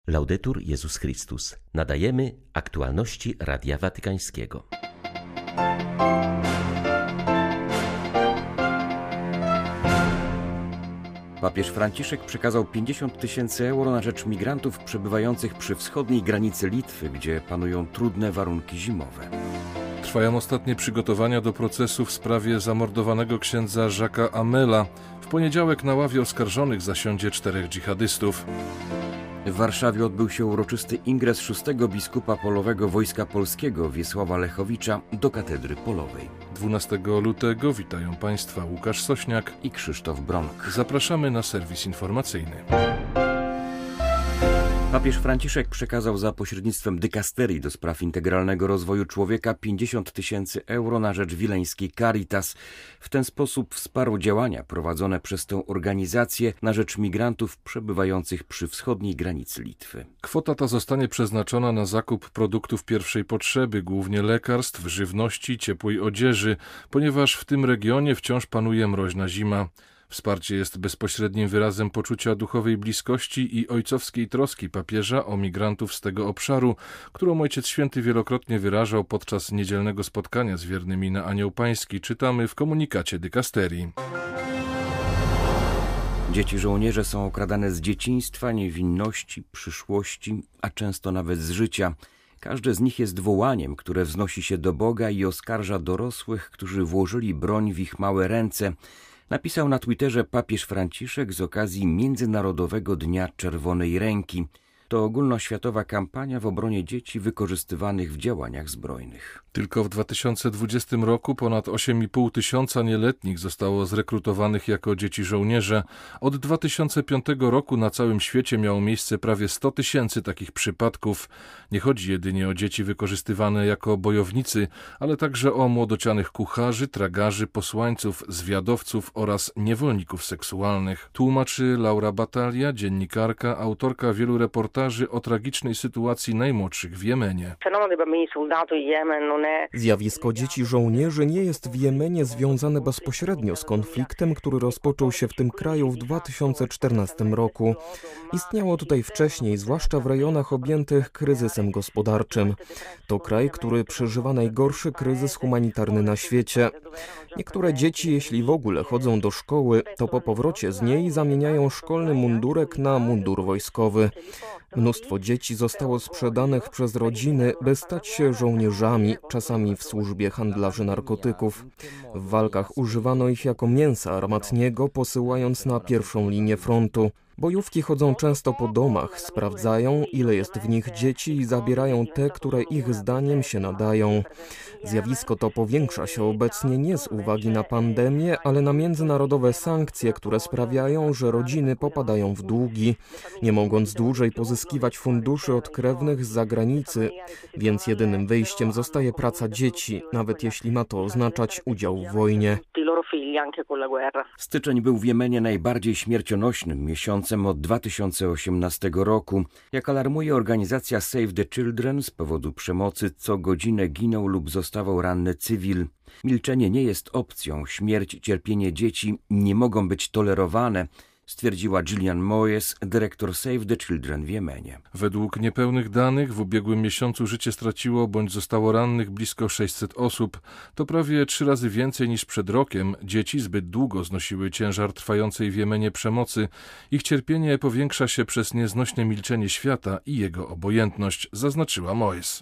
Laudetur Jezus Chrystus. Nadajemy aktualności Radia Watykańskiego. Papież Franciszek przekazał 50 000 euro na rzecz migrantów przebywających przy wschodniej granicy Litwy, gdzie panują trudne warunki zimowe. Trwają ostatnie przygotowania do procesu w sprawie zamordowanego księdza Jacques'a Hamela. W poniedziałek na ławie oskarżonych zasiądzie 4 dżihadystów. W Warszawie odbył się uroczysty ingres 6. biskupa polowego Wojska Polskiego Wiesława Lechowicza do katedry polowej. 12 lutego witają Państwa Łukasz Sośniak i Krzysztof Bronk. Zapraszamy na serwis informacyjny. Papież Franciszek przekazał za pośrednictwem dykasterii do spraw integralnego rozwoju człowieka 50 000 euro na rzecz wileńskiej Caritas. W ten sposób wsparł działania prowadzone przez tę organizację na rzecz migrantów przebywających przy wschodniej granicy Litwy. Kwota ta zostanie przeznaczona na zakup produktów pierwszej potrzeby, głównie lekarstw, żywności, ciepłej odzieży, ponieważ w tym regionie wciąż panuje mroźna zima. Wsparcie jest bezpośrednim wyrazem poczucia duchowej bliskości i ojcowskiej troski papieża o migrantów z tego obszaru, którą Ojciec Święty wielokrotnie wyrażał podczas niedzielnego spotkania z wiernymi na Anioł Pański, czytamy w komunikacie dykasterii. Dzieci żołnierze są okradane z dzieciństwa, niewinności, przyszłości, a często nawet z życia. Każde z nich jest wołaniem, które wznosi się do Boga i oskarża dorosłych, którzy włożyli broń w ich małe ręce. Napisał na Twitterze papież Franciszek z okazji Międzynarodowego Dnia Czerwonej Ręki. To ogólnoświatowa kampania w obronie dzieci wykorzystywanych w działaniach zbrojnych. Tylko w 2020 roku ponad 8,5 tysiąca nieletnich zostało zrekrutowanych jako dzieci żołnierze. Od 2005 roku na całym świecie miało miejsce prawie 100 000 takich przypadków. Nie chodzi jedynie o dzieci wykorzystywane jako bojownicy, ale także o młodocianych kucharzy, tragarzy, posłańców, zwiadowców oraz niewolników seksualnych. Tłumaczy Laura Battaglia, dziennikarka, autorka wielu reportaży o tragicznej sytuacji najmłodszych w Jemenie. Zjawisko dzieci żołnierzy nie jest w Jemenie związane bezpośrednio z konfliktem, który rozpoczął się w tym kraju w 2014 roku. Istniało tutaj wcześniej, zwłaszcza w rejonach objętych kryzysem gospodarczym. To kraj, który przeżywa najgorszy kryzys humanitarny na świecie. Niektóre dzieci, jeśli w ogóle chodzą do szkoły, to po powrocie z niej zamieniają szkolny mundurek na mundur wojskowy. Mnóstwo dzieci zostało sprzedanych przez rodziny, by stać się żołnierzami, czasami w służbie handlarzy narkotyków. W walkach używano ich jako mięsa armatniego, posyłając na pierwszą linię frontu. Bojówki chodzą często po domach, sprawdzają, ile jest w nich dzieci i zabierają te, które ich zdaniem się nadają. Zjawisko to powiększa się obecnie nie z uwagi na pandemię, ale na międzynarodowe sankcje, które sprawiają, że rodziny popadają w długi, nie mogąc dłużej pozyskiwać funduszy od krewnych z zagranicy, więc jedynym wyjściem zostaje praca dzieci, nawet jeśli ma to oznaczać udział w wojnie. Styczeń był w Jemenie najbardziej śmiercionośnym miesiącem od 2018 roku. Jak alarmuje organizacja Save the Children, z powodu przemocy co godzinę ginął lub zostawał ranny cywil. Milczenie nie jest opcją. Śmierć i cierpienie dzieci nie mogą być tolerowane, stwierdziła Gillian Moyes, dyrektor Save the Children w Jemenie. Według niepełnych danych w ubiegłym miesiącu życie straciło bądź zostało rannych blisko 600 osób. To prawie 3 razy więcej niż przed rokiem. Dzieci zbyt długo znosiły ciężar trwającej w Jemenie przemocy. Ich cierpienie powiększa się przez nieznośne milczenie świata i jego obojętność, zaznaczyła Moyes.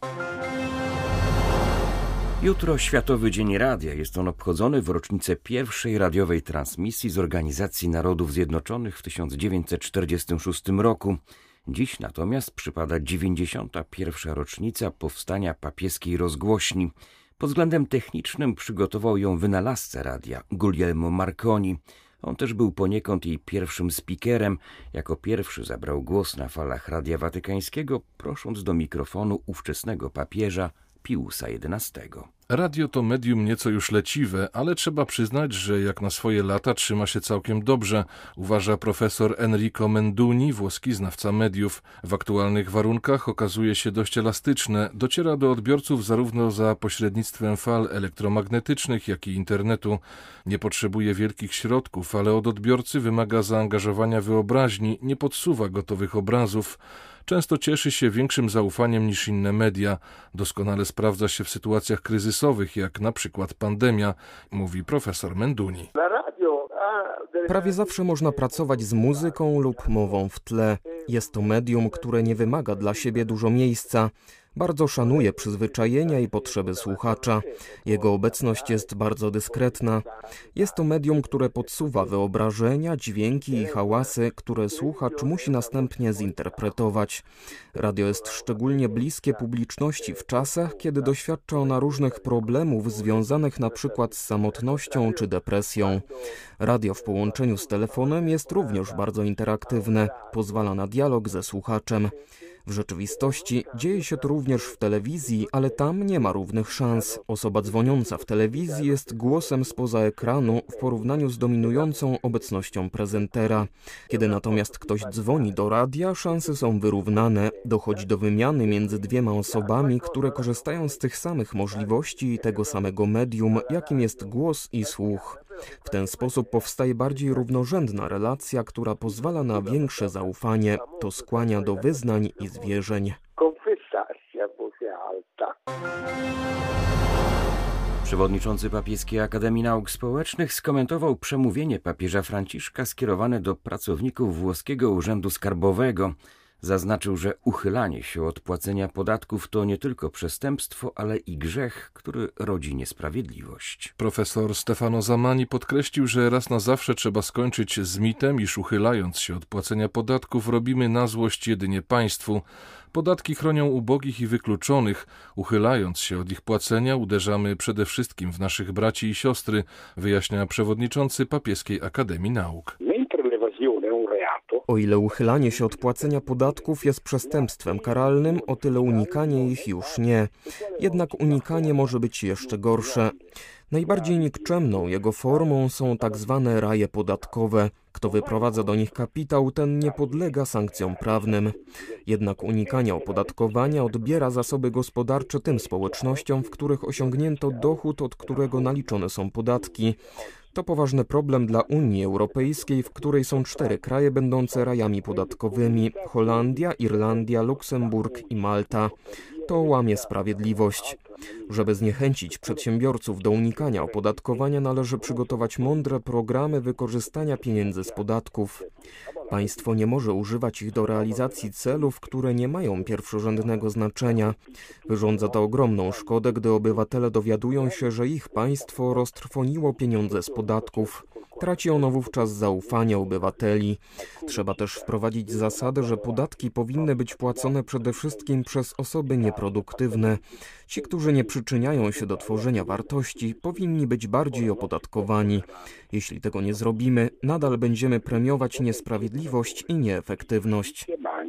Jutro Światowy Dzień Radia. Jest on obchodzony w rocznicę pierwszej radiowej transmisji z Organizacji Narodów Zjednoczonych w 1946 roku. Dziś natomiast przypada 91. rocznica powstania papieskiej rozgłośni. Pod względem technicznym przygotował ją wynalazca radia Guglielmo Marconi. On też był poniekąd jej pierwszym speakerem. Jako pierwszy zabrał głos na falach Radia Watykańskiego, prosząc do mikrofonu ówczesnego papieża Piusa XI. Radio to medium nieco już leciwe, ale trzeba przyznać, że jak na swoje lata trzyma się całkiem dobrze, uważa profesor Enrico Menduni, włoski znawca mediów. W aktualnych warunkach okazuje się dość elastyczne, dociera do odbiorców zarówno za pośrednictwem fal elektromagnetycznych, jak i internetu. Nie potrzebuje wielkich środków, ale od odbiorcy wymaga zaangażowania wyobraźni, nie podsuwa gotowych obrazów. często cieszy się większym zaufaniem niż inne media. Doskonale sprawdza się w sytuacjach kryzysowych, jak na przykład pandemia, mówi profesor Menduni. Prawie zawsze można pracować z muzyką lub mową w tle. Jest to medium, które nie wymaga dla siebie dużo miejsca. Bardzo szanuje przyzwyczajenia i potrzeby słuchacza. Jego obecność jest bardzo dyskretna. Jest to medium, które podsuwa wyobrażenia, dźwięki i hałasy, które słuchacz musi następnie zinterpretować. Radio jest szczególnie bliskie publiczności w czasach, kiedy doświadcza ona różnych problemów związanych na przykład z samotnością czy depresją. Radio w połączeniu z telefonem jest również bardzo interaktywne. Pozwala na dialog ze słuchaczem. W rzeczywistości dzieje się to również w telewizji, ale tam nie ma równych szans. Osoba dzwoniąca w telewizji jest głosem spoza ekranu w porównaniu z dominującą obecnością prezentera. Kiedy natomiast ktoś dzwoni do radia, szanse są wyrównane. Dochodzi do wymiany między dwiema osobami, które korzystają z tych samych możliwości i tego samego medium, jakim jest głos i słuch. W ten sposób powstaje bardziej równorzędna relacja, która pozwala na większe zaufanie. To skłania do wyznań i zwierzeń. Przewodniczący Papieskiej Akademii Nauk Społecznych skomentował przemówienie papieża Franciszka skierowane do pracowników włoskiego Urzędu Skarbowego. Zaznaczył, że uchylanie się od płacenia podatków to nie tylko przestępstwo, ale i grzech, który rodzi niesprawiedliwość. Profesor Stefano Zamani podkreślił, że raz na zawsze trzeba skończyć z mitem, iż uchylając się od płacenia podatków robimy na złość jedynie państwu. Podatki chronią ubogich i wykluczonych. Uchylając się od ich płacenia uderzamy przede wszystkim w naszych braci i siostry, wyjaśnia przewodniczący Papieskiej Akademii Nauk. O ile uchylanie się od płacenia podatków jest przestępstwem karalnym, o tyle unikanie ich już nie. Jednak unikanie może być jeszcze gorsze. Najbardziej nikczemną jego formą są tak zwane raje podatkowe. Kto wyprowadza do nich kapitał, ten nie podlega sankcjom prawnym. Jednak unikanie opodatkowania odbiera zasoby gospodarcze tym społecznościom, w których osiągnięto dochód, od którego naliczone są podatki. To poważny problem dla Unii Europejskiej, w której są 4 kraje będące rajami podatkowymi: Holandia, Irlandia, Luksemburg i Malta. To łamie sprawiedliwość. Żeby zniechęcić przedsiębiorców do unikania opodatkowania, należy przygotować mądre programy wykorzystania pieniędzy z podatków. Państwo nie może używać ich do realizacji celów, które nie mają pierwszorzędnego znaczenia. Wyrządza to ogromną szkodę, gdy obywatele dowiadują się, że ich państwo roztrwoniło pieniądze z podatków. Traci ono wówczas zaufanie obywateli. Trzeba też wprowadzić zasadę, że podatki powinny być płacone przede wszystkim przez osoby nieproduktywne. Ci, którzy nie przyczyniają się do tworzenia wartości, powinni być bardziej opodatkowani. Jeśli tego nie zrobimy, nadal będziemy premiować niesprawiedliwość i nieefektywność.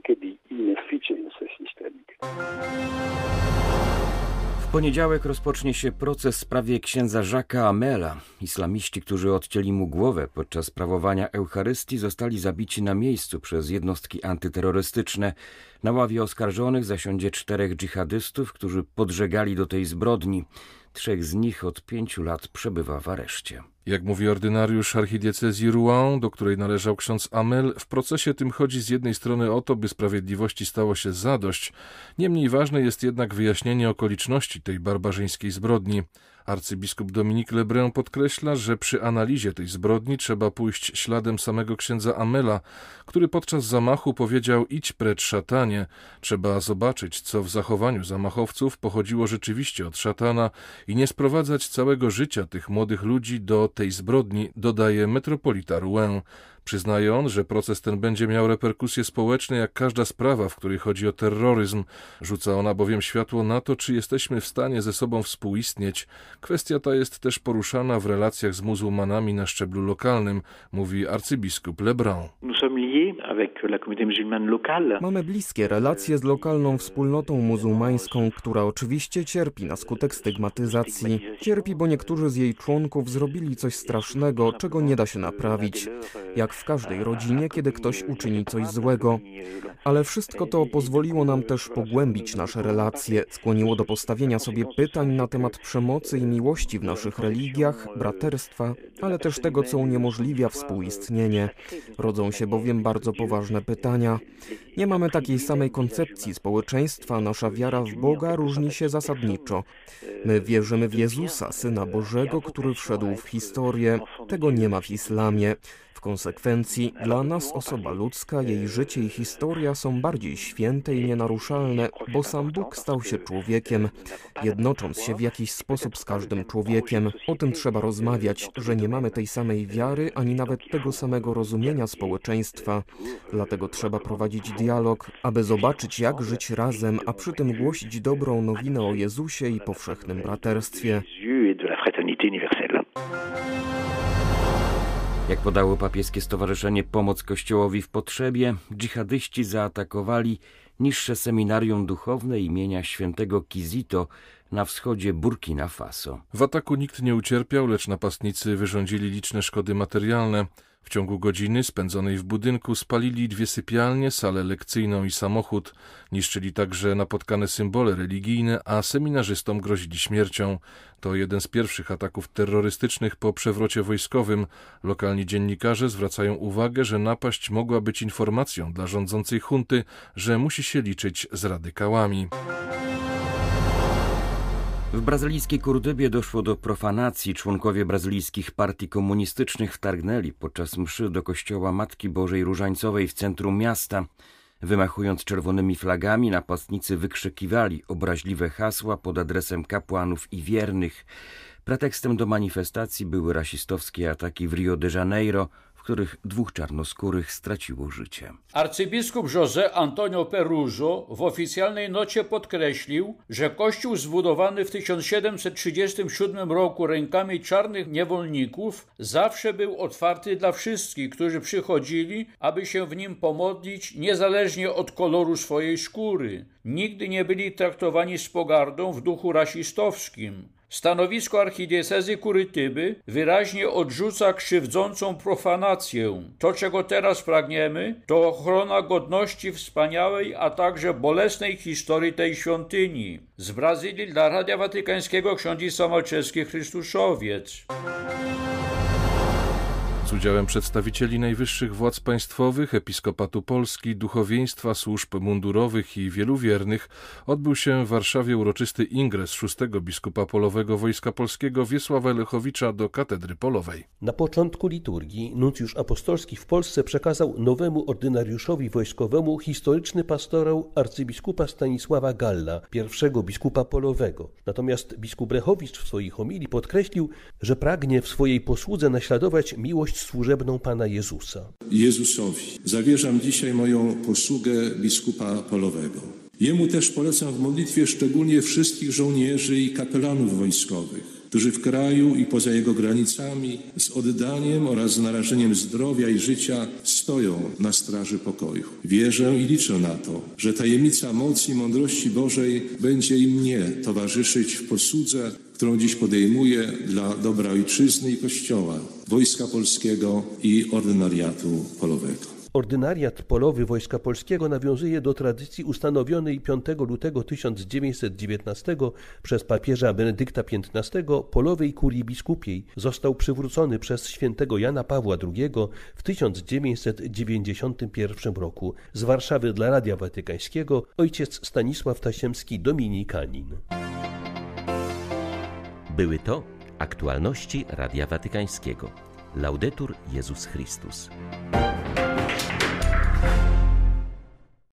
W poniedziałek rozpocznie się proces w sprawie księdza Jacques'a Hamela. Islamiści, którzy odcięli mu głowę podczas sprawowania Eucharystii, zostali zabici na miejscu przez jednostki antyterrorystyczne. Na ławie oskarżonych zasiądzie 4 dżihadystów, którzy podżegali do tej zbrodni. 3 z nich od 5 lat przebywa w areszcie. Jak mówi ordynariusz archidiecezji Rouen, do której należał ksiądz Hamel, w procesie tym chodzi z jednej strony o to, by sprawiedliwości stało się zadość. Niemniej ważne jest jednak wyjaśnienie okoliczności tej barbarzyńskiej zbrodni. Arcybiskup Dominique Lebrun podkreśla, że przy analizie tej zbrodni trzeba pójść śladem samego księdza Hamela, który podczas zamachu powiedział: idź precz, szatanie. Trzeba zobaczyć, co w zachowaniu zamachowców pochodziło rzeczywiście od szatana i nie sprowadzać całego życia tych młodych ludzi do tej zbrodni, dodaje metropolita Rouen. Przyznaje on, że proces ten będzie miał reperkusje społeczne jak każda sprawa, w której chodzi o terroryzm. Rzuca ona bowiem światło na to, czy jesteśmy w stanie ze sobą współistnieć. Kwestia ta jest też poruszana w relacjach z muzułmanami na szczeblu lokalnym, mówi arcybiskup Lebrun. Mamy bliskie relacje z lokalną wspólnotą muzułmańską, która oczywiście cierpi na skutek stygmatyzacji. Cierpi, bo niektórzy z jej członków zrobili coś strasznego, czego nie da się naprawić. Jak jak w każdej rodzinie, kiedy ktoś uczyni coś złego. Ale wszystko to pozwoliło nam też pogłębić nasze relacje, skłoniło do postawienia sobie pytań na temat przemocy i miłości w naszych religiach, braterstwa, ale też tego, co uniemożliwia współistnienie. Rodzą się bowiem bardzo poważne pytania. Nie mamy takiej samej koncepcji społeczeństwa, nasza wiara w Boga różni się zasadniczo. My wierzymy w Jezusa, Syna Bożego, który wszedł w historię. Tego nie ma w islamie. W konsekwencji dla nas osoba ludzka, jej życie i historia są bardziej święte i nienaruszalne, bo sam Bóg stał się człowiekiem, jednocząc się w jakiś sposób z każdym człowiekiem. O tym trzeba rozmawiać, że nie mamy tej samej wiary, ani nawet tego samego rozumienia społeczeństwa. Dlatego trzeba prowadzić dialog, aby zobaczyć, jak żyć razem, a przy tym głosić dobrą nowinę o Jezusie i powszechnym braterstwie. Jak podało papieskie stowarzyszenie Pomoc Kościołowi w Potrzebie, dżihadyści zaatakowali niższe seminarium duchowne imienia świętego Kizito na wschodzie Burkina Faso. W ataku nikt nie ucierpiał, lecz napastnicy wyrządzili liczne szkody materialne. W ciągu godziny spędzonej w budynku spalili 2 sypialnie, salę lekcyjną i samochód. Niszczyli także napotkane symbole religijne, a seminarzystom grozili śmiercią. To jeden z pierwszych ataków terrorystycznych po przewrocie wojskowym. Lokalni dziennikarze zwracają uwagę, że napaść mogła być informacją dla rządzącej junty, że musi się liczyć z radykałami. W brazylijskiej Kurdybie doszło do profanacji. Członkowie brazylijskich partii komunistycznych wtargnęli podczas mszy do kościoła Matki Bożej Różańcowej w centrum miasta. Wymachując czerwonymi flagami, napastnicy wykrzykiwali obraźliwe hasła pod adresem kapłanów i wiernych. Pretekstem do manifestacji były rasistowskie ataki w Rio de Janeiro, w których 2 czarnoskórych straciło życie. Arcybiskup José Antonio Peruzo w oficjalnej nocie podkreślił, że kościół zbudowany w 1737 roku rękami czarnych niewolników zawsze był otwarty dla wszystkich, którzy przychodzili, aby się w nim pomodlić, niezależnie od koloru swojej skóry. Nigdy nie byli traktowani z pogardą w duchu rasistowskim. Stanowisko archidiecezy Kurytyby wyraźnie odrzuca krzywdzącą profanację. To, czego teraz pragniemy, to ochrona godności wspaniałej, a także bolesnej historii tej świątyni. Z Brazylii dla Radia Watykańskiego ksiądz Malczewski, Chrystuszowiec. Z udziałem przedstawicieli najwyższych władz państwowych, Episkopatu Polski, duchowieństwa, służb mundurowych i wielu wiernych odbył się w Warszawie uroczysty ingres 6. biskupa polowego Wojska Polskiego Wiesława Lechowicza do katedry polowej. Na początku liturgii nuncjusz apostolski w Polsce przekazał nowemu ordynariuszowi wojskowemu historyczny pastorał arcybiskupa Stanisława Galla, pierwszego biskupa polowego. Natomiast biskup Lechowicz w swojej homilii podkreślił, że pragnie w swojej posłudze naśladować miłość służebną Pana Jezusa. Jezusowi zawierzam dzisiaj moją posługę biskupa polowego. Jemu też polecam w modlitwie szczególnie wszystkich żołnierzy i kapelanów wojskowych, którzy w kraju i poza jego granicami z oddaniem oraz z narażeniem zdrowia i życia stoją na straży pokoju. Wierzę i liczę na to, że tajemnica mocy i mądrości Bożej będzie i mnie towarzyszyć w posłudze, którą dziś podejmuję dla dobra Ojczyzny i Kościoła, Wojska Polskiego i Ordynariatu Polowego. Ordynariat polowy Wojska Polskiego nawiązuje do tradycji ustanowionej 5 lutego 1919 przez papieża Benedykta XV polowej kurii biskupiej. Został przywrócony przez świętego Jana Pawła II w 1991 roku. Z Warszawy dla Radia Watykańskiego ojciec Stanisław Tasiemski, dominikanin. Były to aktualności Radia Watykańskiego. Laudetur Jezus Chrystus.